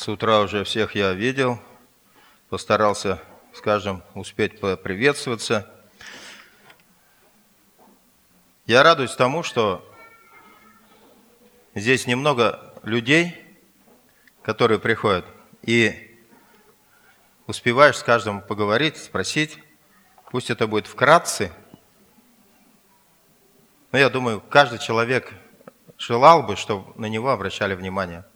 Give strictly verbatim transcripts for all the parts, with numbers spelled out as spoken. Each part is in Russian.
С утра уже всех я видел, постарался с каждым успеть поприветствоваться. Я радуюсь тому, что здесь немного людей, которые приходят, и успеваешь с каждым поговорить, спросить. Пусть это будет вкратце, но я думаю, каждый человек желал бы, чтобы на него обращали внимание.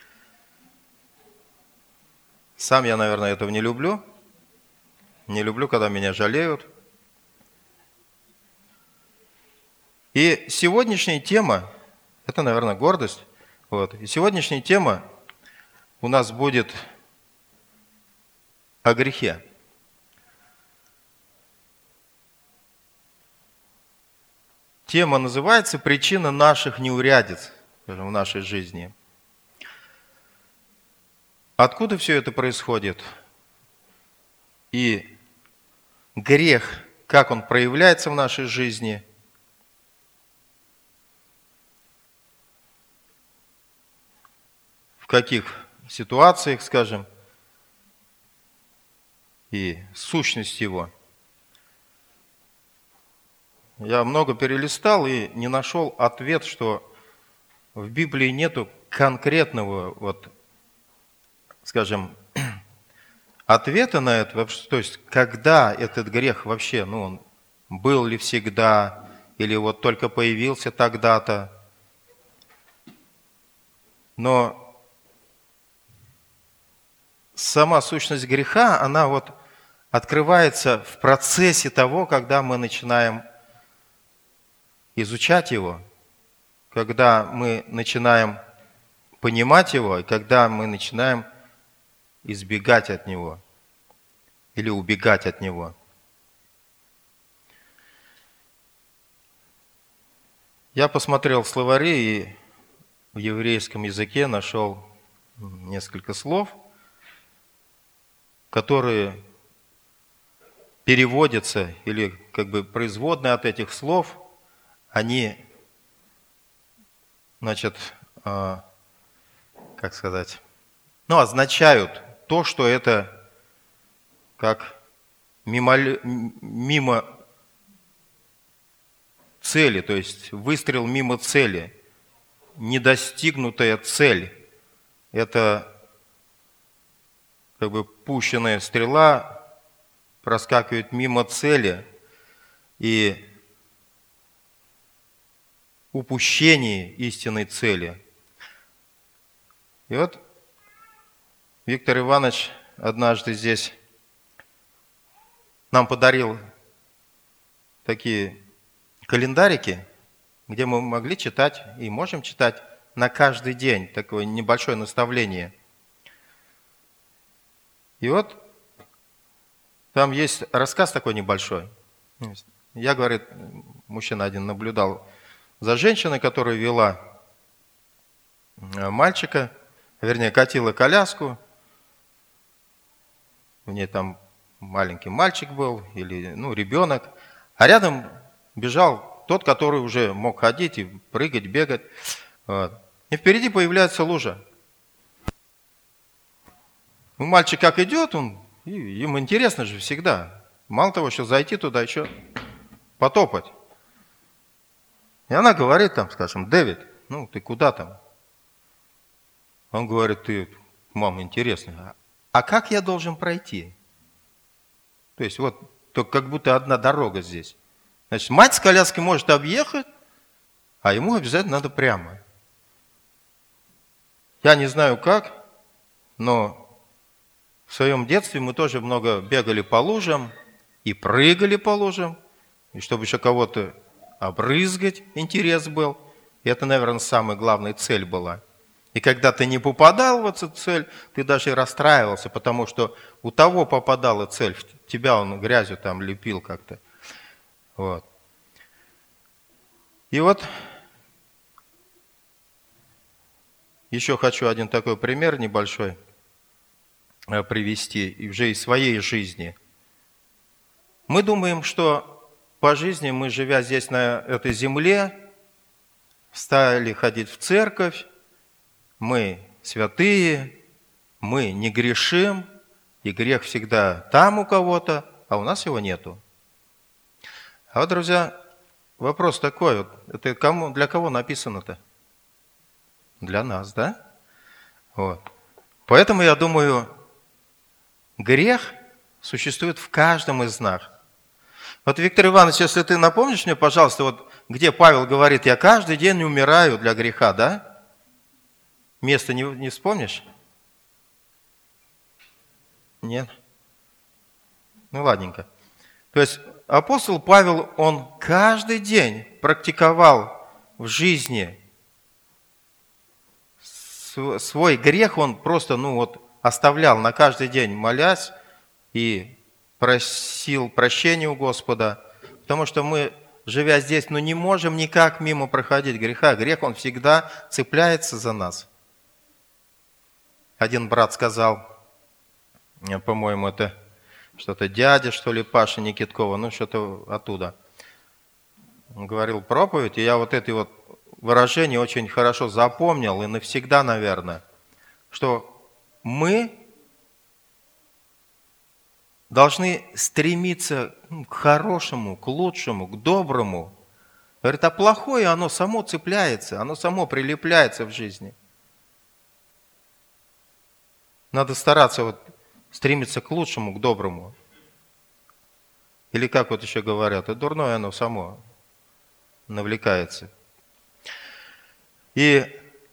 Сам я, наверное, этого не люблю. Не люблю, когда меня жалеют. И сегодняшняя тема, это, наверное, гордость. Вот. И сегодняшняя тема у нас будет о грехе. Тема называется «Причина наших неурядиц», скажем, в нашей жизни. Откуда все это происходит? И грех, как он проявляется в нашей жизни? В каких ситуациях, скажем, и сущность его. Я много перелистал и не нашел ответ, что в Библии нету конкретного, вот, скажем, ответа на это, то есть когда этот грех вообще, ну, он был ли всегда, или вот только появился тогда-то. Но сама сущность греха, она вот открывается в процессе того, когда мы начинаем изучать его, когда мы начинаем понимать его, и когда мы начинаем избегать от него или убегать от него. Я посмотрел в словари и в еврейском языке нашел несколько слов, которые переводятся или как бы производные от этих слов, они, значит, э, как сказать, ну, означают то, что это как мимо, мимо цели, то есть выстрел мимо цели, недостигнутая цель. Это как бы пущенная стрела проскакивает мимо цели, и упущение истинной цели. И вот Виктор Иванович однажды здесь нам подарил такие календарики, где мы могли читать и можем читать на каждый день такое небольшое наставление. И вот там есть рассказ такой небольшой. Я, говорит, мужчина один наблюдал за женщиной, которая вела мальчика, вернее, катила коляску. У нее там маленький мальчик был, или ну, ребенок. А рядом бежал тот, который уже мог ходить и прыгать, бегать. Вот. И впереди появляется лужа. Ну, мальчик как идет, он, ему интересно же всегда. Мало того, что зайти туда, еще потопать. И она говорит там, скажем, Дэвид, ну ты куда там? Он говорит, ты, мама, интересно, а как я должен пройти? То есть вот только как будто одна дорога здесь. Значит, мать с коляской может объехать, а ему обязательно надо прямо. Я не знаю как, но в своем детстве мы тоже много бегали по лужам и прыгали по лужам, и чтобы еще кого-то обрызгать, интерес был. И это, наверное, самая главная цель была. И когда ты не попадал в эту цель, ты даже и расстраивался, потому что у того попадала цель, в тебя он грязью там лепил как-то. Вот. И вот еще хочу один такой пример небольшой привести уже из своей жизни. Мы думаем, что по жизни мы, живя здесь на этой земле, стали ходить в церковь, мы святые, мы не грешим, и грех всегда там у кого-то, а у нас его нету. А вот, друзья, вопрос такой, вот, это кому, для кого написано-то? Для нас, да? Вот. Поэтому я думаю, грех существует в каждом из нас. Вот, Виктор Иванович, если ты напомнишь мне, пожалуйста, вот где Павел говорит, я каждый день умираю для греха, да? Место не, не вспомнишь? Нет? Ну, ладненько. То есть апостол Павел, он каждый день практиковал в жизни свой грех, он просто, ну вот, оставлял на каждый день, молясь и просил прощения у Господа, потому что мы, живя здесь, ну не можем никак мимо проходить греха. Грех, он всегда цепляется за нас. Один брат сказал, по-моему, это что-то дядя, что ли, Паша Никиткова, ну что-то оттуда. Он говорил проповедь, и я вот это вот выражение очень хорошо запомнил, и навсегда, наверное, что мы должны стремиться к хорошему, к лучшему, к доброму. Говорит, а плохое, оно само цепляется, оно само прилепляется в жизни. Надо стараться вот стремиться к лучшему, к доброму. Или как вот еще говорят, и дурное оно само навлекается. И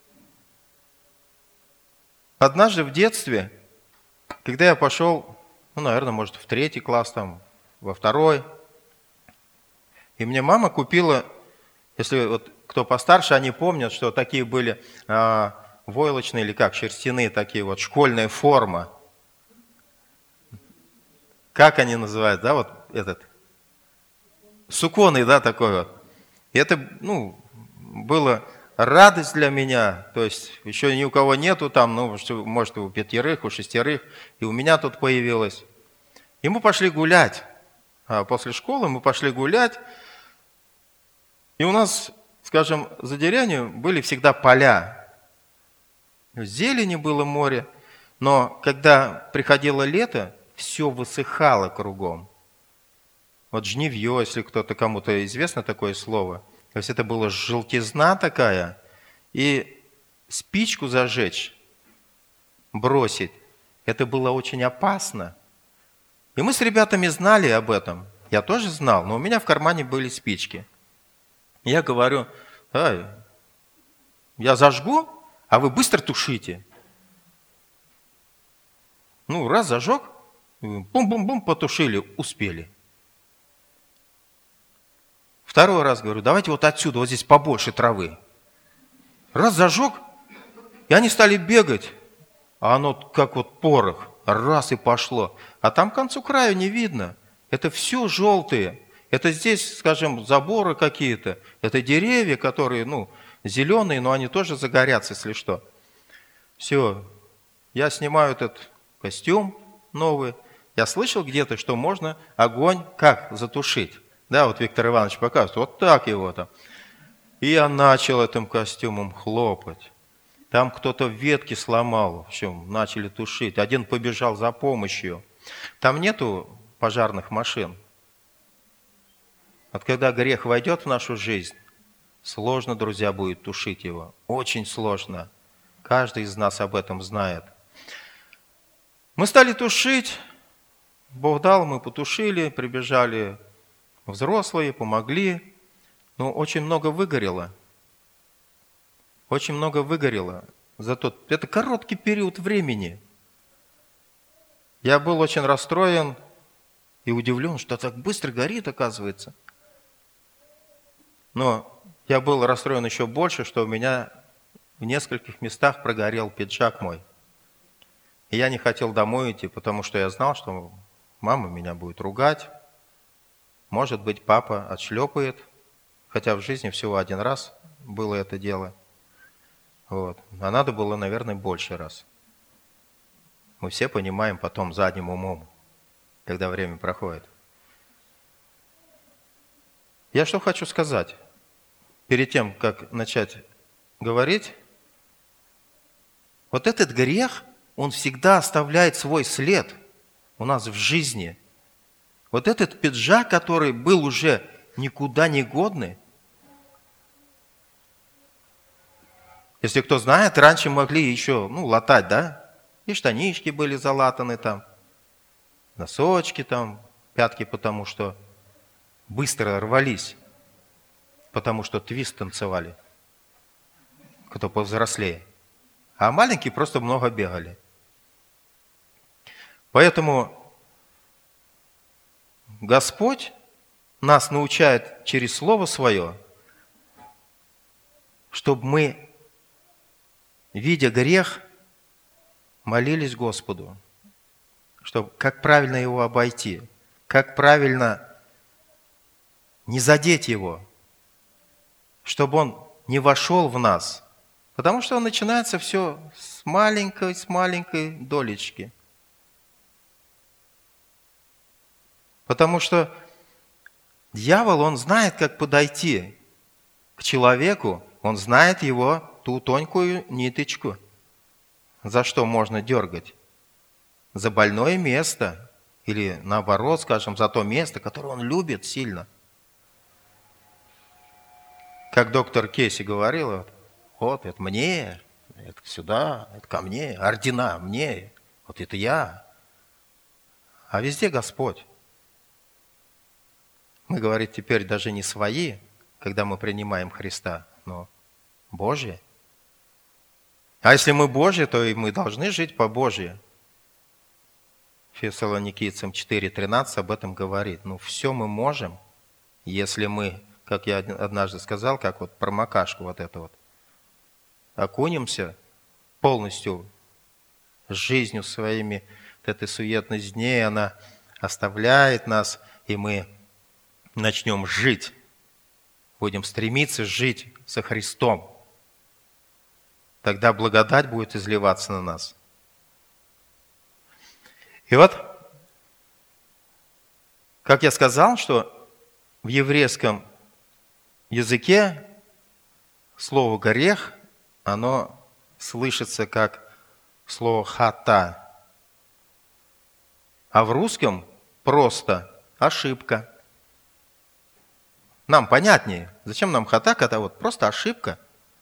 однажды в детстве, когда я пошел, ну, наверное, может, в третий класс, там, во второй, и мне мама купила, если вот кто постарше, они помнят, что такие были а, войлочные или как, шерстяные такие вот, школьная форма. Как они называют, да, вот этот? Суконный, да, такой вот. И это, ну, было радость для меня, то есть еще ни у кого нету там, ну, может, у пятерых, у шестерых, и у меня тут появилось. И мы пошли гулять. А после школы мы пошли гулять, и у нас, скажем, за деревней были всегда поля. Зелени было море, но когда приходило лето, все высыхало кругом. Вот жнивье, если кто-то, кому-то известно такое слово, то есть это была желтизна такая, и спичку зажечь, бросить, это было очень опасно. И мы с ребятами знали об этом, я тоже знал, но у меня в кармане были спички. Я говорю, ай, я зажгу, а вы быстро тушите. Ну, раз зажег, бум-бум-бум, потушили, успели. Второй раз говорю, давайте вот отсюда, вот здесь побольше травы. Раз зажег, и они стали бегать, а оно как вот порох, раз и пошло. А там к концу краю не видно. Это все желтые. Это здесь, скажем, заборы какие-то. Это деревья, которые, ну, зеленые, но они тоже загорятся, если что. Все, я снимаю этот костюм новый. Я слышал где-то, что можно огонь как затушить. Да, вот Виктор Иванович показывает, вот так его там. И я начал этим костюмом хлопать. Там кто-то ветки сломал, в общем, начали тушить. Один побежал за помощью. Там нету пожарных машин. Вот когда грех войдет в нашу жизнь, сложно, друзья, будет тушить его. Очень сложно. Каждый из нас об этом знает. Мы стали тушить. Бог дал, мы потушили, прибежали взрослые, помогли. Но очень много выгорело. Очень много выгорело. За тот... Это короткий период времени. Я был очень расстроен и удивлен, что так быстро горит, оказывается. Но я был расстроен еще больше, что у меня в нескольких местах прогорел пиджак мой. И я не хотел домой идти, потому что я знал, что мама меня будет ругать. Может быть, папа отшлепает, хотя в жизни всего один раз было это дело. Вот. А надо было, наверное, больше раз. Мы все понимаем потом задним умом, когда время проходит. Я что хочу сказать? Перед тем, как начать говорить, вот этот грех, Он всегда оставляет свой след у нас в жизни. Вот этот пиджак, который был уже никуда не годный. Если кто знает, раньше могли еще, ну, латать, да? И штанишки были залатаны там, носочки там, пятки, потому что быстро рвались, потому что твист танцевали, кто повзрослее. А маленькие просто много бегали. Поэтому Господь нас научает через Слово Свое, чтобы мы, видя грех, молились Господу, чтобы как правильно его обойти, как правильно не задеть его, чтобы он не вошел в нас. Потому что начинается все с маленькой, с маленькой долечки. Потому что дьявол, он знает, как подойти к человеку, он знает его ту тонкую ниточку, за что можно дергать. За больное место или наоборот, скажем, за то место, которое он любит сильно. Как доктор Кейси говорила, вот это мне, это сюда, это ко мне, ордена мне, вот это я. А везде Господь. Мы, говорит, теперь даже не свои, когда мы принимаем Христа, но Божьи. А если мы Божьи, то и мы должны жить по Божьи. Фессалоникийцам четыре тринадцать об этом говорит. Ну, все мы можем, если мы, как я однажды сказал, как вот промокашку вот эту вот, окунемся полностью жизнью своими, вот этой суетность дней, она оставляет нас, и мы начнем жить, будем стремиться жить со Христом. Тогда благодать будет изливаться на нас. И вот, как я сказал, что в еврейском языке слово «грех», оно слышится как слово «хата», а в русском просто «ошибка». Нам понятнее. Зачем нам хата, когда вот просто ошибка?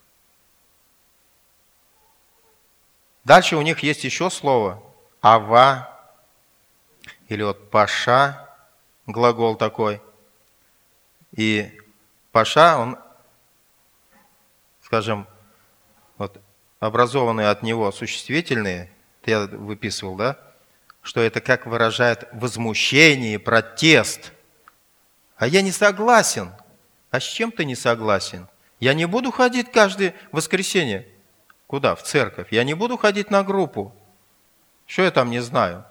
Дальше у них есть еще слово ава, или вот паша, глагол такой. И паша, он, скажем, вот образованные от него существительные, я выписывал, да, что это как выражает возмущение, протест. А я не согласен. А с чем ты не согласен? Я не буду ходить каждое воскресенье. Куда? В церковь. Я не буду ходить на группу. Что я там не знаю?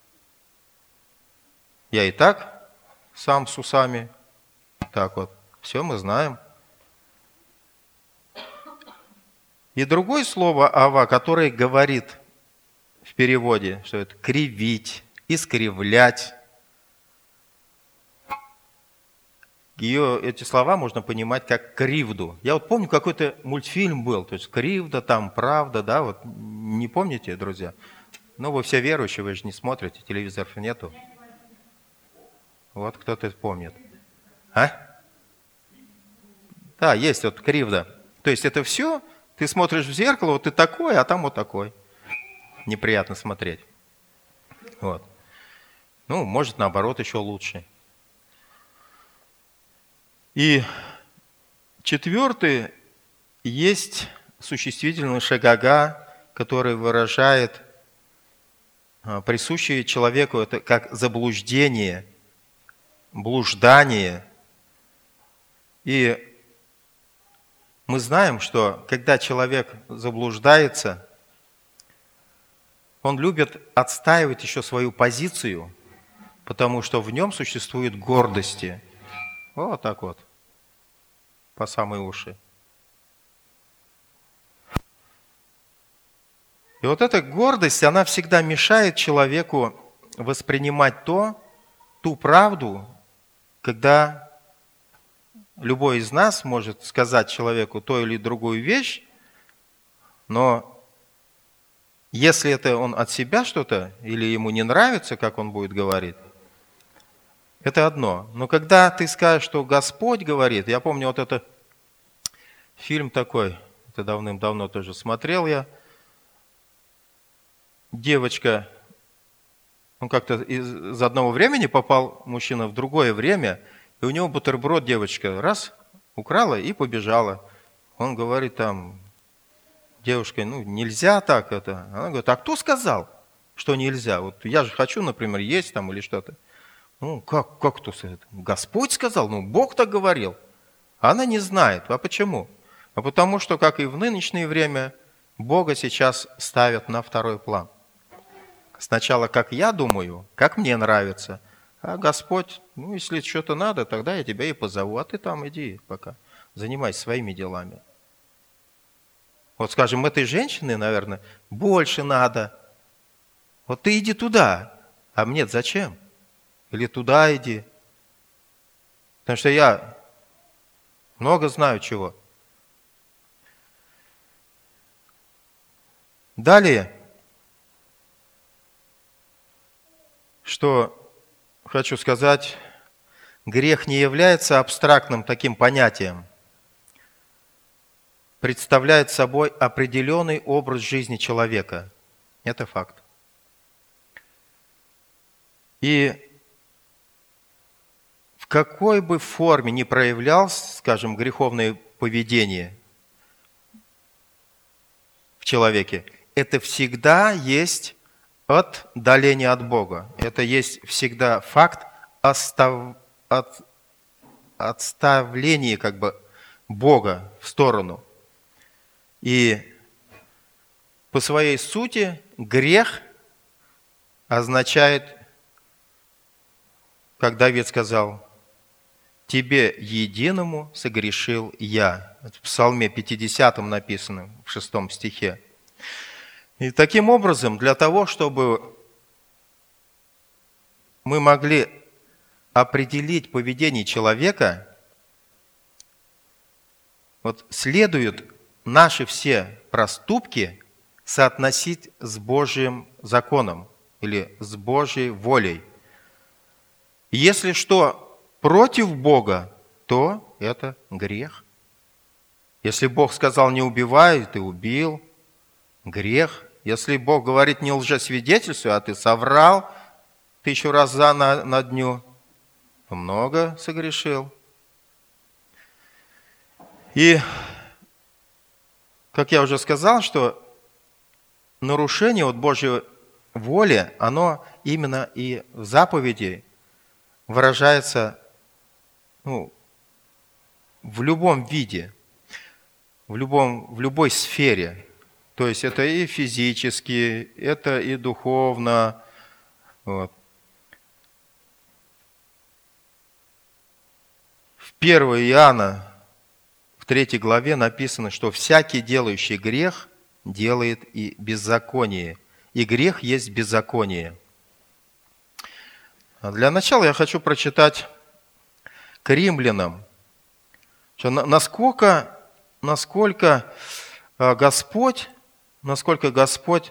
Я и так сам с усами. Так вот. Все мы знаем. И другое слово «ава», которое говорит в переводе, что это кривить, искривлять. Ее, эти слова можно понимать как кривду. Я вот помню, какой-то мультфильм был, то есть кривда, там, правда, да, вот не помните, друзья? Ну, вы все верующие, вы же не смотрите, телевизоров нету. Вот кто-то помнит. А? Да, есть вот кривда. То есть это все, ты смотришь в зеркало, вот ты такой, а там вот такой. Неприятно смотреть. Вот. Ну, может, наоборот, еще лучше. И четвертый, есть существительный шагага, который выражает присущее человеку, это как заблуждение, блуждание. И мы знаем, что когда человек заблуждается, он любит отстаивать еще свою позицию, потому что в нем существует гордости. Вот так вот, по самые уши. И вот эта гордость, она всегда мешает человеку воспринимать то, ту правду, когда любой из нас может сказать человеку ту или другую вещь, но Если это он от себя что-то, или ему не нравится, как он будет говорить, это одно. Но когда ты скажешь, что Господь говорит, я помню вот это фильм такой, это давным-давно тоже смотрел я, девочка, он как-то из одного времени попал, мужчина, в другое время, и у него бутерброд девочка раз украла и побежала. Он говорит там, девушка, ну нельзя так это. Она говорит, а кто сказал, что нельзя? Вот я же хочу, например, есть там или что-то. Ну как, как кто сказал? Господь сказал, ну Бог так говорил. А она не знает. А почему? А потому что, как и в нынешнее время, Бога сейчас ставят на второй план. Сначала, как я думаю, как мне нравится, а Господь, ну, если что-то надо, тогда я тебя и позову, а ты там иди пока, занимайся своими делами. Вот, скажем, этой женщине, наверное, больше надо. Вот ты иди туда, а мне зачем? Или туда иди. Потому что я много знаю чего. Далее, что хочу сказать, грех не является абстрактным таким понятием. Представляет собой определенный образ жизни человека. Это факт. И в какой бы форме ни проявлялось, скажем, греховное поведение в человеке, это всегда есть отдаление от Бога. Это есть всегда факт остав... от... отставления как бы Бога в сторону. И по своей сути грех означает, как Давид сказал, «Тебе единому согрешил я». Это в Псалме пятидесятом написано, в шестом стихе. И таким образом, для того, чтобы мы могли определить поведение человека, вот следует наши все проступки соотносить с Божьим законом или с Божьей волей. Если что против Бога, то это грех. Если Бог сказал «не убивай», ты убил, грех. Если Бог говорит «не лжесвидетельствуй», а ты соврал тысячу раз за на, на дню, то много согрешил. И, как я уже сказал, что нарушение вот Божьей воли, оно именно и в заповеди выражается ну, в любом виде, в, любом, в любой сфере. То есть это и физически, это и духовно. Вот. В первое Иоанна, в третьей главе написано, что всякий делающий грех делает и беззаконие. И грех есть беззаконие. Для начала я хочу прочитать к римлянам, что насколько, насколько Господь, насколько Господь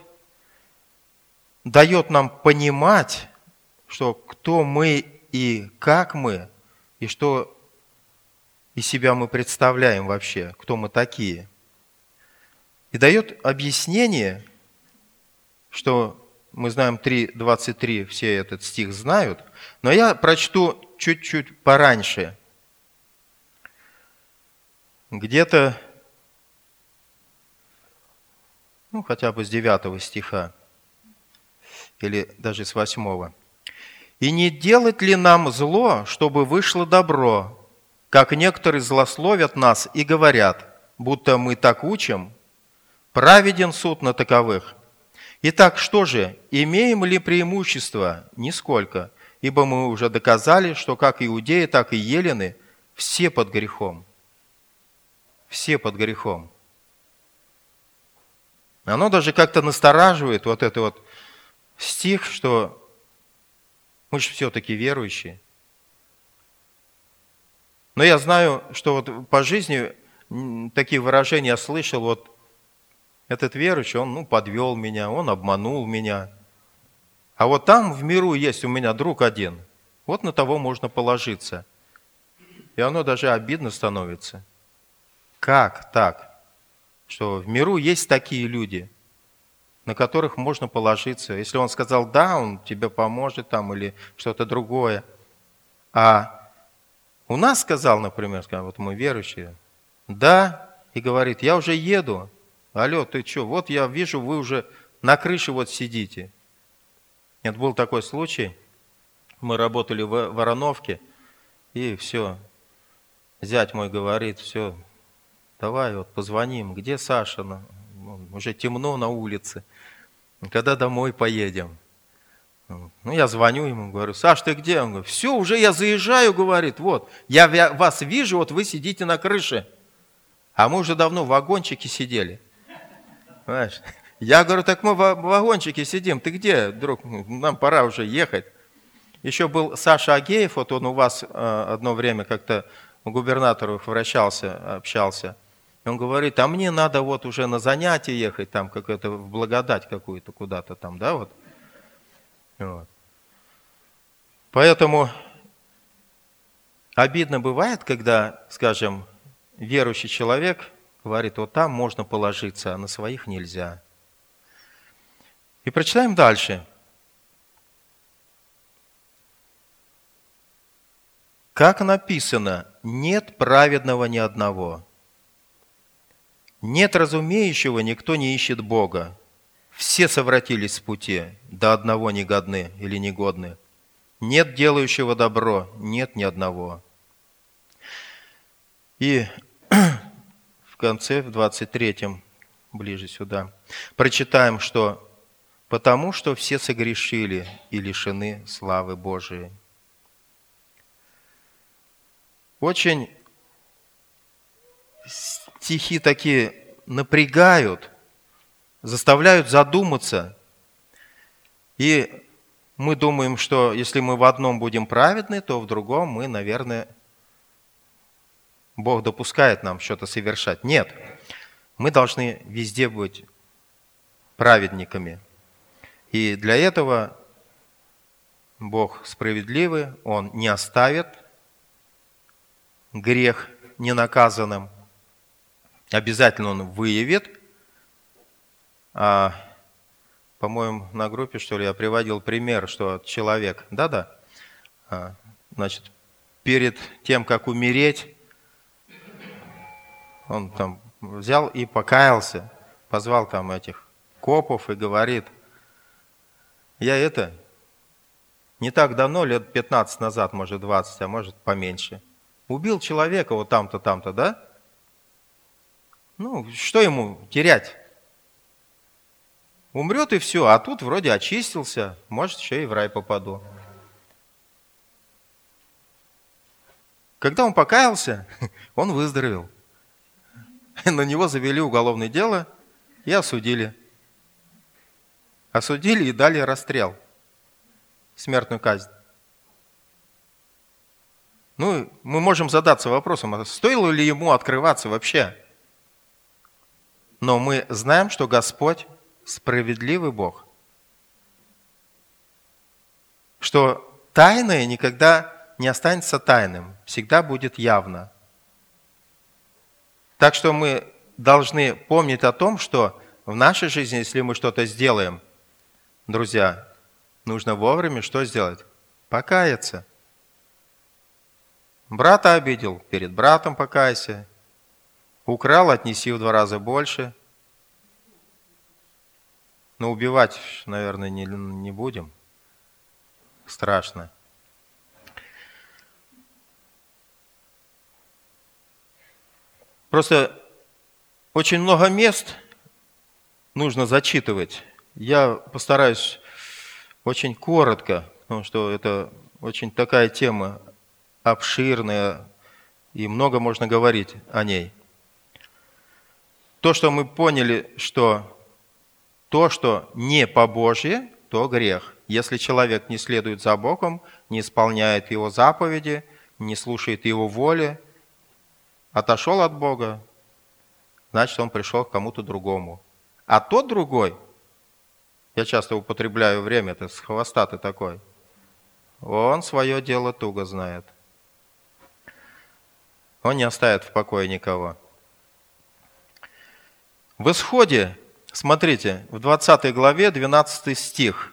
дает нам понимать, что кто мы и как мы, и что из себя мы представляем вообще, кто мы такие. И дает объяснение, что мы знаем три двадцать три, все этот стих знают, но я прочту чуть-чуть пораньше. Где-то, ну, хотя бы с девятого стиха, или даже с восьмого. «И не делать ли нам зло, чтобы вышло добро, как некоторые злословят нас и говорят, будто мы так учим, праведен суд на таковых. Итак, что же, имеем ли преимущество? Нисколько, ибо мы уже доказали, что как иудеи, так и елены все под грехом». Все под грехом. Оно даже как-то настораживает, вот это вот стих, что мы же все-таки верующие. Но я знаю, что вот по жизни такие выражения я слышал, вот Этот верующий, он ну, подвел меня, он обманул меня. А вот там в миру есть у меня друг один. Вот на того можно положиться. И оно даже обидно становится. Как так? Что в миру есть такие люди, на которых можно положиться. Если он сказал «да», он тебе поможет там или что-то другое. А у нас сказал, например, вот мы верующие, «да», и говорит, «я уже еду». Алло, ты что? Вот я вижу, вы уже на крыше вот сидите. Это был такой случай. Мы работали в Вороновке, и все. Зять мой говорит, все, давай вот позвоним. Где Саша? Уже темно на улице. Когда домой поедем? Ну, я звоню ему, говорю, Саш, ты где? Он говорит, все, уже я заезжаю, говорит, вот, я вас вижу, вот вы сидите на крыше. А мы уже давно в вагончике сидели. Понимаешь? Я говорю, так мы в вагончике сидим, ты где, друг? Нам пора уже ехать. Еще был Саша Агеев, вот он у вас одно время как-то у губернаторов вращался, общался. Он говорит, а мне надо вот уже на занятия ехать, там как-то в благодать какую-то куда-то там, да, вот. Вот. Поэтому обидно бывает, когда, скажем, верующий человек говорит, вот там можно положиться, а на своих нельзя. И прочитаем дальше. Как написано, нет праведного ни одного. Нет разумеющего, никто не ищет Бога. Все совратились с пути, до одного негодны или негодны. Нет делающего добро, нет ни одного. И в конце, в двадцать третьем, ближе сюда, прочитаем, что «потому что все согрешили и лишены славы Божией». Очень стихи такие напрягают, заставляют задуматься. И мы думаем, что если мы в одном будем праведны, то в другом мы, наверное, Бог допускает нам что-то совершать. Нет, мы должны везде быть праведниками. И для этого Бог справедливый, Он не оставит грех ненаказанным. Обязательно Он выявит. А, по-моему, на группе, что ли, я приводил пример, что человек, да-да, а, значит, перед тем, как умереть, он там взял и покаялся, позвал там этих копов и говорит, я это, не так давно, лет пятнадцать назад, может двадцать, а может поменьше, убил человека вот там-то, там-то, да? Ну, что ему терять? Умрет и все, а тут вроде очистился, может, еще и в рай попаду. Когда он покаялся, он выздоровел. На него завели уголовное дело и осудили. Осудили и дали расстрел, смертную казнь. Ну, мы можем задаться вопросом, а стоило ли ему открываться вообще? Но мы знаем, что Господь справедливый Бог. Что тайное никогда не останется тайным, всегда будет явно. Так что мы должны помнить о том, что в нашей жизни, если мы что-то сделаем, друзья, нужно вовремя что сделать? Покаяться. Брата обидел, перед братом покайся. Украл, отнеси в два раза больше. Но убивать, наверное, не, не будем. Страшно. Просто очень много мест нужно зачитывать. Я постараюсь очень коротко, потому что это очень такая тема обширная, и много можно говорить о ней. То, что мы поняли, что то, что не по Божье, то грех. Если человек не следует за Богом, не исполняет Его заповеди, не слушает Его воли, отошел от Бога, значит, он пришел к кому-то другому. А тот другой, я часто употребляю время, это с хвостатый такой, он свое дело туго знает. Он не оставит в покое никого. В Исходе, смотрите, в двадцатой главе, двенадцатый стих.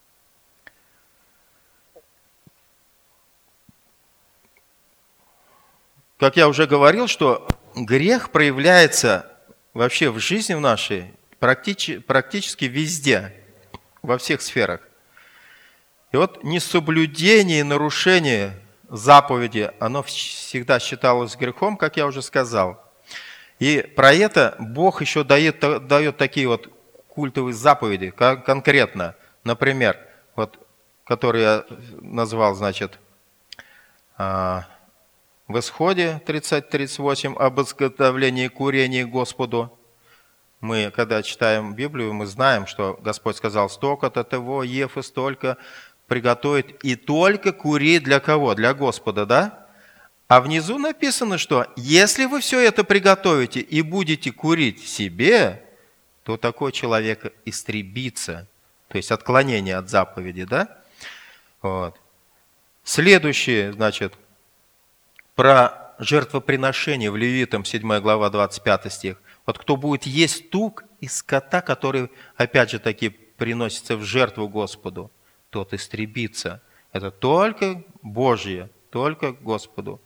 Как я уже говорил, что грех проявляется вообще в жизни в нашей практически, практически везде, во всех сферах. И вот несоблюдение и нарушение заповеди, оно всегда считалось грехом, как я уже сказал. И про это Бог еще дает, дает такие вот культовые заповеди, конкретно, например, вот, которые я назвал, значит, в Исходе тридцать тридцать восемь об изготовлении курения Господу. Мы, когда читаем Библию, мы знаем, что Господь сказал: столько-то того, ев и столько приготовить, и только кури для кого? Для Господа, да? А внизу написано, что если вы все это приготовите и будете курить себе, то такой человек истребится. То есть отклонение от заповеди, да? Вот. Следующее, значит, про жертвоприношение в Левитам, седьмая глава, двадцать пятый стих. Вот кто будет есть тук из скота, который, опять же таки, приносится в жертву Господу, тот истребится. Это только Божье, только Господу.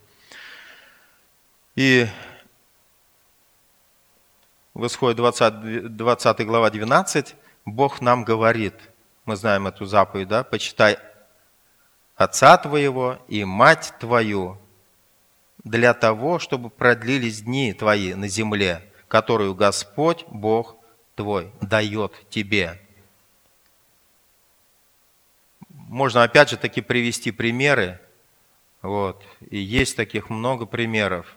И в Исходе двадцатой глава двенадцать Бог нам говорит, мы знаем эту заповедь, да, почитай отца твоего и мать твою для того, чтобы продлились дни твои на земле, которую Господь Бог твой дает тебе. Можно опять же таки привести примеры. Вот. И есть таких много примеров.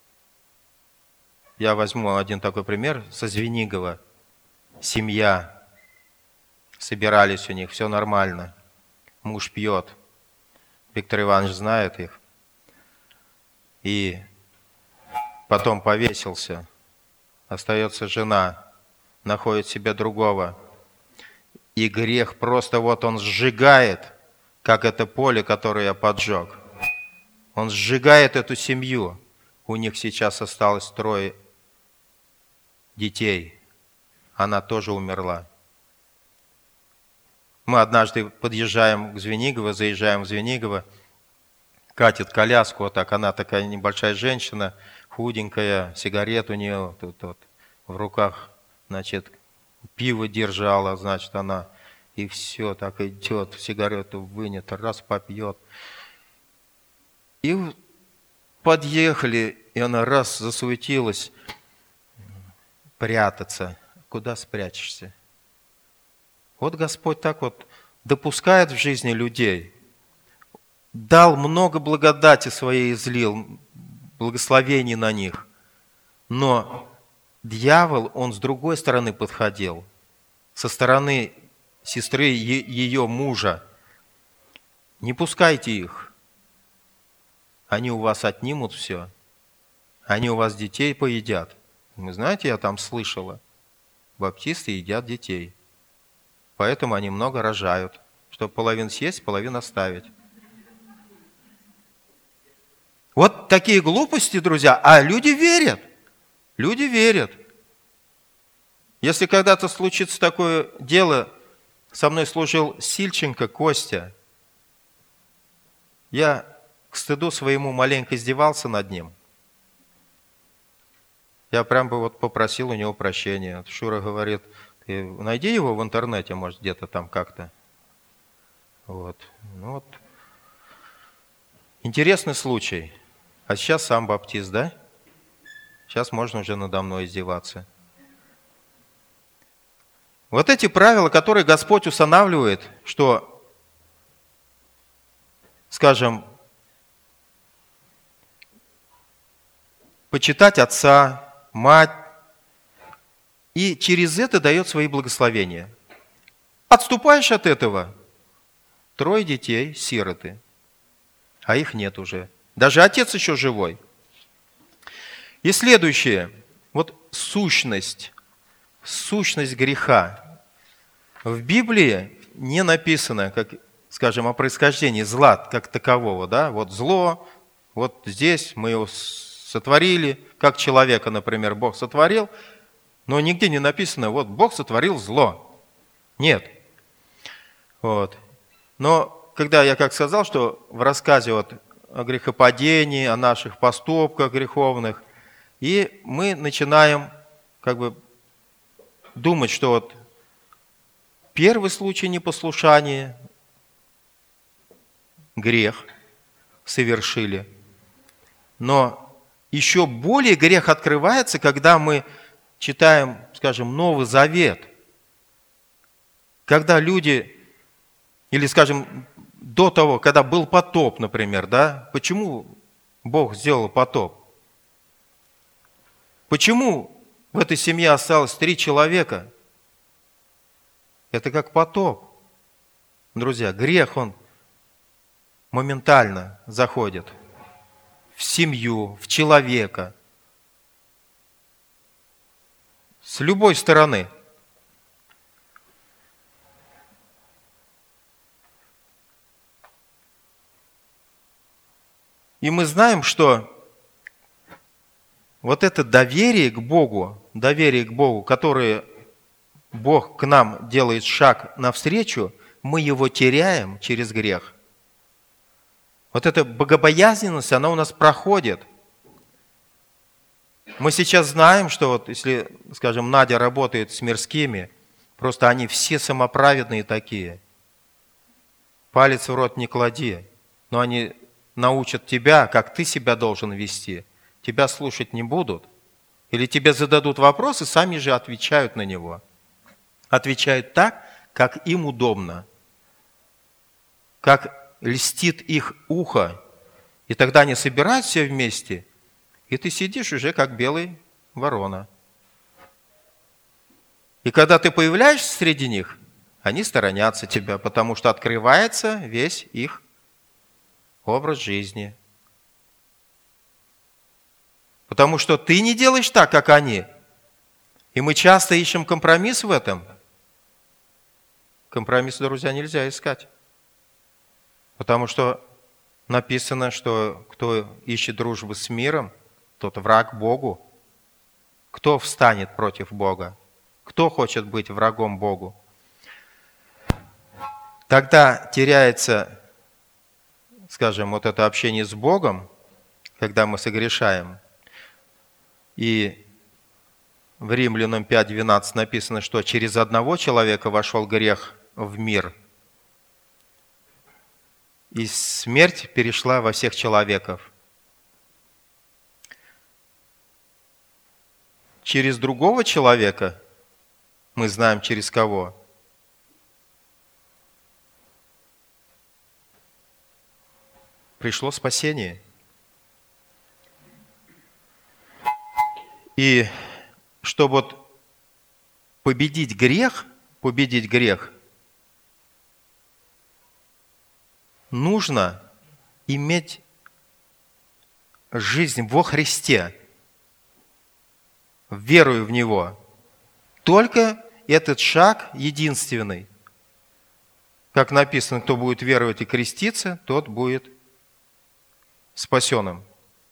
Я возьму один такой пример со Звенигова. Семья. Собирались у них, все нормально. Муж пьет. Виктор Иванович знает их. И потом повесился. Остается жена. Находит себе другого. И грех просто вот он сжигает, как это поле, которое я поджег. Он сжигает эту семью. У них сейчас осталось трое детей. Она тоже умерла. Мы однажды подъезжаем к Звенигово, заезжаем в Звенигово, катит коляску, вот так, она такая небольшая женщина, худенькая, сигарет у нее тут вот в руках, значит, пиво держала, значит, она, и все, так идет, сигарету вынет, раз попьет. И подъехали, и она раз засуетилась, прятаться. Куда спрячешься? Вот Господь так вот допускает в жизни людей, дал много благодати своей, излил, благословений на них, но дьявол, он с другой стороны подходил, со стороны сестры ее мужа. Не пускайте их. Они у вас отнимут все. Они у вас детей поедят. Вы знаете, я там слышала, баптисты едят детей. Поэтому они много рожают, чтобы половину съесть, половину оставить. Вот такие глупости, друзья, а люди верят. Люди верят. Если когда-то случится такое дело, со мной служил Сильченко Костя, я к стыду своему маленько издевался над ним. Я прям бы вот попросил у него прощения. Шура говорит: ты найди его в интернете, может, где-то там как-то. Вот. Ну вот. Интересный случай. А сейчас сам баптист, да? Сейчас можно уже надо мной издеваться. Вот эти правила, которые Господь устанавливает, что, скажем, почитать отца, мать, и через это дает свои благословения. Отступаешь от этого, трое детей, сироты, а их нет уже. Даже отец еще живой. И следующее, вот сущность. сущность греха. В Библии не написано, как, скажем, о происхождении зла как такового. Да? Вот зло, вот здесь мы его сотворили, как человека, например, Бог сотворил, но нигде не написано, вот Бог сотворил зло. Нет. Вот. Но когда я как сказал, что в рассказе вот о грехопадении, о наших поступках греховных, и мы начинаем как бы думать, что вот первый случай непослушания, грех совершили, но еще более грех открывается, когда мы читаем, скажем, Новый Завет, когда люди, или, скажем, до того, когда был потоп, например, да, почему Бог сделал потоп? Почему в этой семье осталось три человека? Это как потоп. Друзья, грех, он моментально заходит в семью, в человека. С любой стороны. И мы знаем, что вот это доверие к Богу, доверие к Богу, которое Бог к нам делает шаг навстречу, мы его теряем через грех. Вот эта богобоязненность, она у нас проходит. Мы сейчас знаем, что вот если, скажем, Надя работает с мирскими, просто они все самоправедные такие. Палец в рот не клади, но они научат тебя, как ты себя должен вести. Тебя слушать не будут. Или тебе зададут вопрос и сами же отвечают на него. Отвечают так, как им удобно. Как льстит их ухо. И тогда они собирают все вместе, и ты сидишь уже как белый ворона. И когда ты появляешься среди них, они сторонятся тебя, потому что открывается весь их образ жизни. Потому что ты не делаешь так, как они. И мы часто ищем компромисс в этом. Компромисс, друзья, нельзя искать. Потому что написано, что кто ищет дружбы с миром, тот враг Богу. Кто встанет против Бога? Кто хочет быть врагом Богу? Тогда теряется, скажем, вот это общение с Богом, когда мы согрешаем. И в Римлянам пять двенадцать написано, что через одного человека вошел грех в мир, и смерть перешла во всех человеков. Через другого человека, мы знаем через кого, пришло спасение. И чтобы вот победить грех, победить грех, нужно иметь жизнь во Христе, верую в Него. Только этот шаг единственный. Как написано, кто будет веровать и креститься, тот будет спасенным.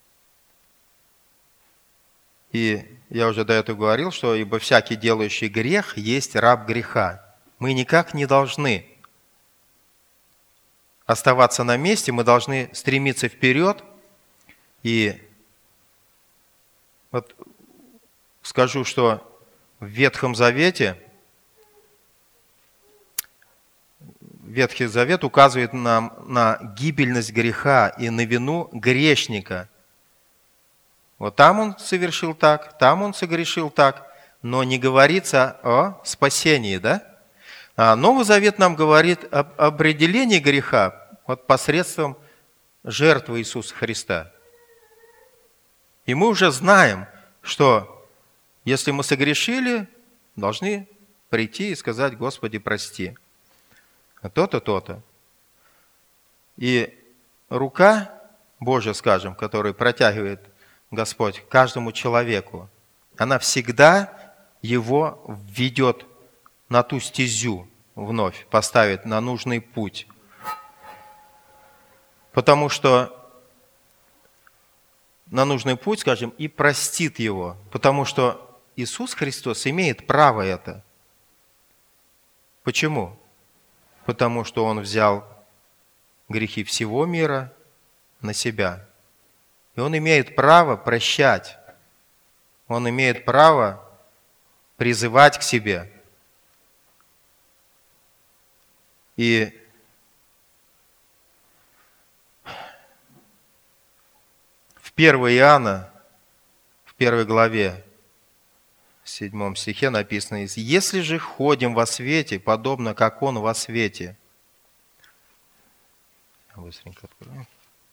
И я уже до этого говорил, что ибо всякий делающий грех есть раб греха. Мы никак не должны оставаться на месте, мы должны стремиться вперед. И вот скажу, что в Ветхом Завете, Ветхий Завет указывает нам на гибельность греха и на вину грешника. Вот там он совершил так, там он согрешил так, но не говорится о спасении, да? А Новый Завет нам говорит об определении греха вот посредством жертвы Иисуса Христа. И мы уже знаем, что если мы согрешили, должны прийти и сказать: Господи, прости. То-то, то-то. И рука Божья, скажем, которую протягивает Господь каждому человеку, она всегда его введет на ту стезю вновь, поставит на нужный путь. Потому что на нужный путь, скажем, и простит его. Потому что Иисус Христос имеет право это. Почему? Потому что Он взял грехи всего мира на себя. И Он имеет право прощать. Он имеет право призывать к себе. И в первое Иоанна, в первой главе, в седьмом стихе написано: «Если же ходим во свете, подобно как Он во свете». Быстренько открою.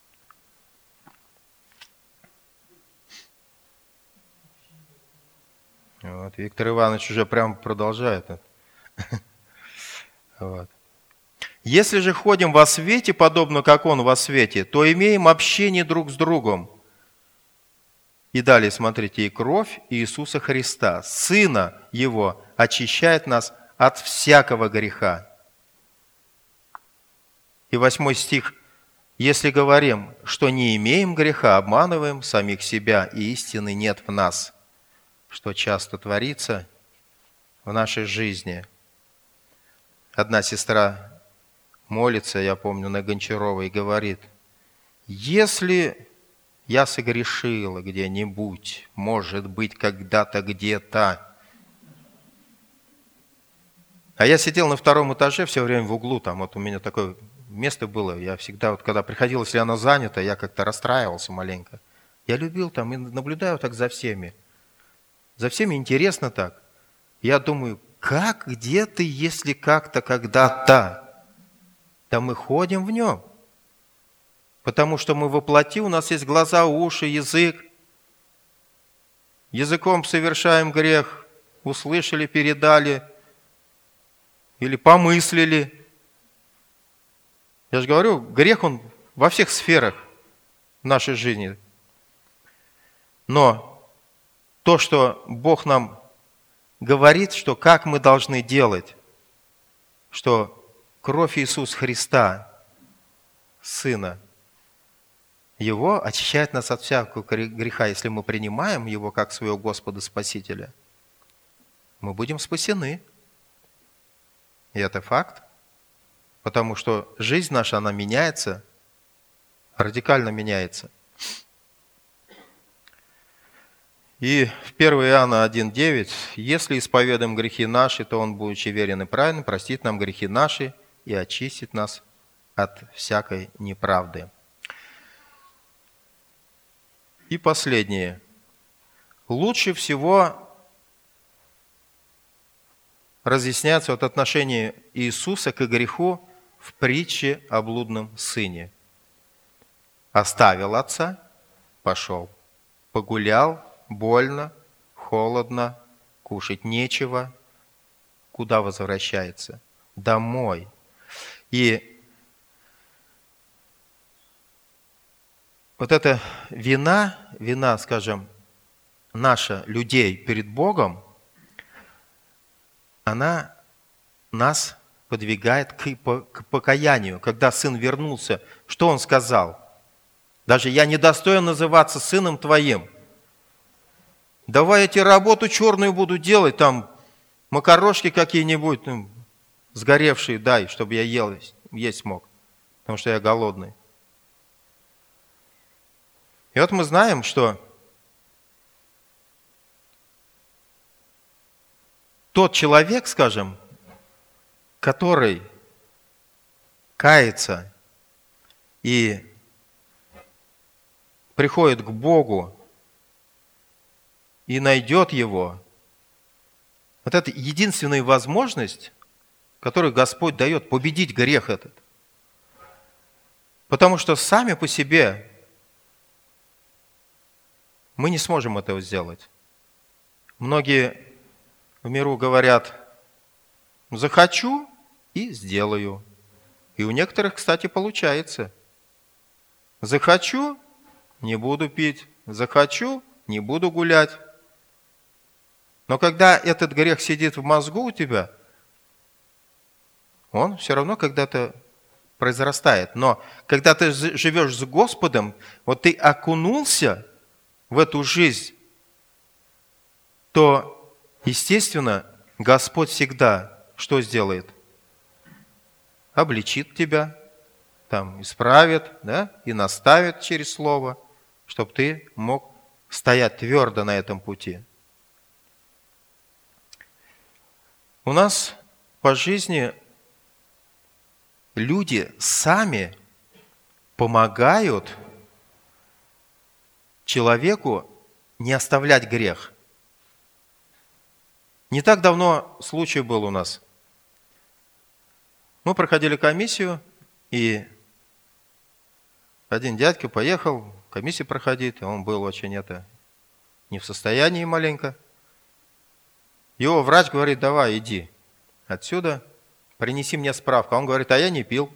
Вот, Виктор Иванович уже прям продолжает. Вот. «Если же ходим во свете, подобно как Он во свете, то имеем общение друг с другом». И далее смотрите: «И кровь Иисуса Христа, Сына Его, очищает нас от всякого греха». И восьмой стих: «Если говорим, что не имеем греха, обманываем самих себя, и истины нет в нас». Что часто творится в нашей жизни. Одна сестра молится, я помню, на Гончарова, и говорит: «Если я согрешила где-нибудь, может быть, когда-то, где-то». А я сидел на втором этаже все время в углу, там вот у меня такое место было, я всегда, вот когда приходилось, если она занята, я как-то расстраивался маленько. Я любил там и наблюдаю так за всеми. За всеми интересно так. Я думаю, как, где ты, если как-то, когда-то? Да мы ходим в нем. Потому что мы воплоти, у нас есть глаза, уши, язык. Языком совершаем грех, услышали, передали или помыслили. Я же говорю, грех он во всех сферах нашей жизни. Но то, что Бог нам говорит, что как мы должны делать, что кровь Иисуса Христа, Сына Его, очищает нас от всякого греха. Если мы принимаем Его как своего Господа Спасителя, мы будем спасены. И это факт, потому что жизнь наша, она меняется, радикально меняется. И в первое Иоанна один девять: «Если исповедаем грехи наши, то Он, будучи верен и праведен, простит нам грехи наши и очистит нас от всякой неправды». И последнее. Лучше всего разъясняется вот отношение Иисуса к греху в притче о блудном сыне. Оставил отца, пошел, погулял, больно, холодно, кушать нечего. Куда возвращается? Домой. И вот эта вина, вина, скажем, наша, людей перед Богом, она нас подвигает к покаянию. Когда сын вернулся, что он сказал? Даже я недостоин называться сыном твоим. Давай я тебе работу черную буду делать, там макарошки какие-нибудь, ну, сгоревшие дай, чтобы я ел, есть мог, потому что я голодный. И вот мы знаем, что тот человек, скажем, который кается и приходит к Богу и найдет Его, вот это единственная возможность, которую Господь дает победить грех этот. Потому что сами по себе мы не сможем этого сделать. Многие в миру говорят: захочу и сделаю. И у некоторых, кстати, получается. Захочу, не буду пить. Захочу, не буду гулять. Но когда этот грех сидит в мозгу у тебя, он все равно когда-то произрастает. Но когда ты живешь с Господом, вот ты окунулся в эту жизнь, то, естественно, Господь всегда что сделает? Обличит тебя, там, исправит, да, и наставит через слово, чтобы ты мог стоять твердо на этом пути. У нас по жизни люди сами помогают человеку не оставлять грех. Не так давно случай был у нас. Мы проходили комиссию, и один дядька поехал комиссию проходить, он был очень это не в состоянии маленько. Его врач говорит: давай, иди отсюда, принеси мне справку. А он говорит: а я не пил.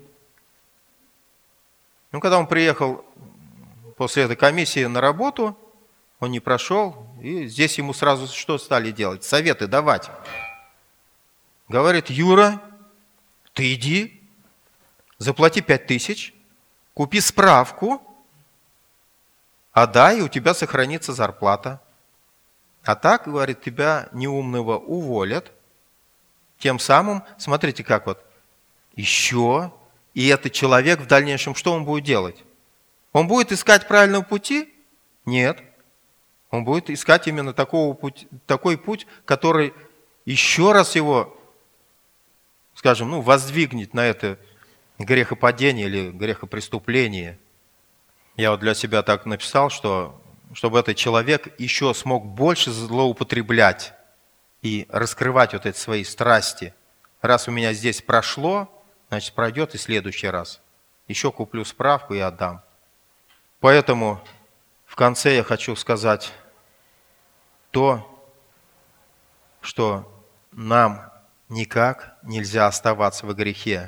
Ну, когда он приехал после этой комиссии на работу, он не прошел, и здесь ему сразу что стали делать? Советы давать. Говорит: Юра, ты иди, заплати пять тысяч, купи справку, отдай, и у тебя сохранится зарплата. А так, говорит, тебя неумного уволят. Тем самым, смотрите, как вот, еще, и этот человек в дальнейшем, что он будет делать? Он будет искать правильного пути? Нет. Он будет искать именно такого пути, такой путь, который еще раз его, скажем, ну, воздвигнет на это грехопадение или грехопреступление. Я вот для себя так написал, что чтобы этот человек еще смог больше злоупотреблять и раскрывать вот эти свои страсти. Раз у меня здесь прошло, значит, пройдет и в следующий раз. Еще куплю справку и отдам. Поэтому в конце я хочу сказать то, что нам никак нельзя оставаться во грехе.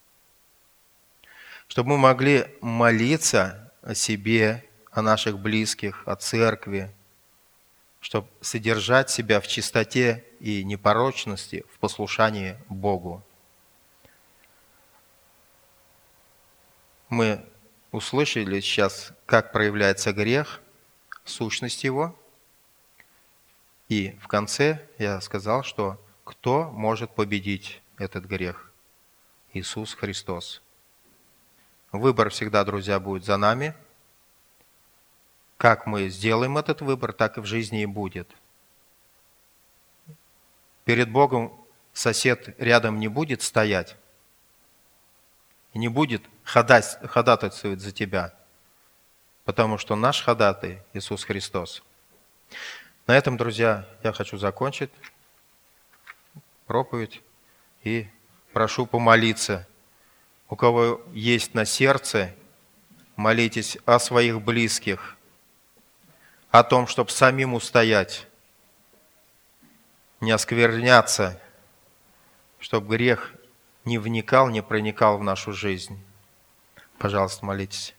Чтобы мы могли молиться о себе, о наших близких, о церкви, чтобы содержать себя в чистоте и непорочности, в послушании Богу. Мы услышали сейчас, как проявляется грех, сущность его. И в конце я сказал, что кто может победить этот грех? Иисус Христос. Выбор всегда, друзья, будет за нами. Как мы сделаем этот выбор, так и в жизни и будет. Перед Богом сосед рядом не будет стоять и не будет ходатайствовать за тебя, потому что наш ходатай – Иисус Христос. На этом, друзья, я хочу закончить проповедь и прошу помолиться. У кого есть на сердце, молитесь о своих близких, о том, чтобы самим устоять, не оскверняться, чтобы грех не вникал, не проникал в нашу жизнь. Пожалуйста, молитесь.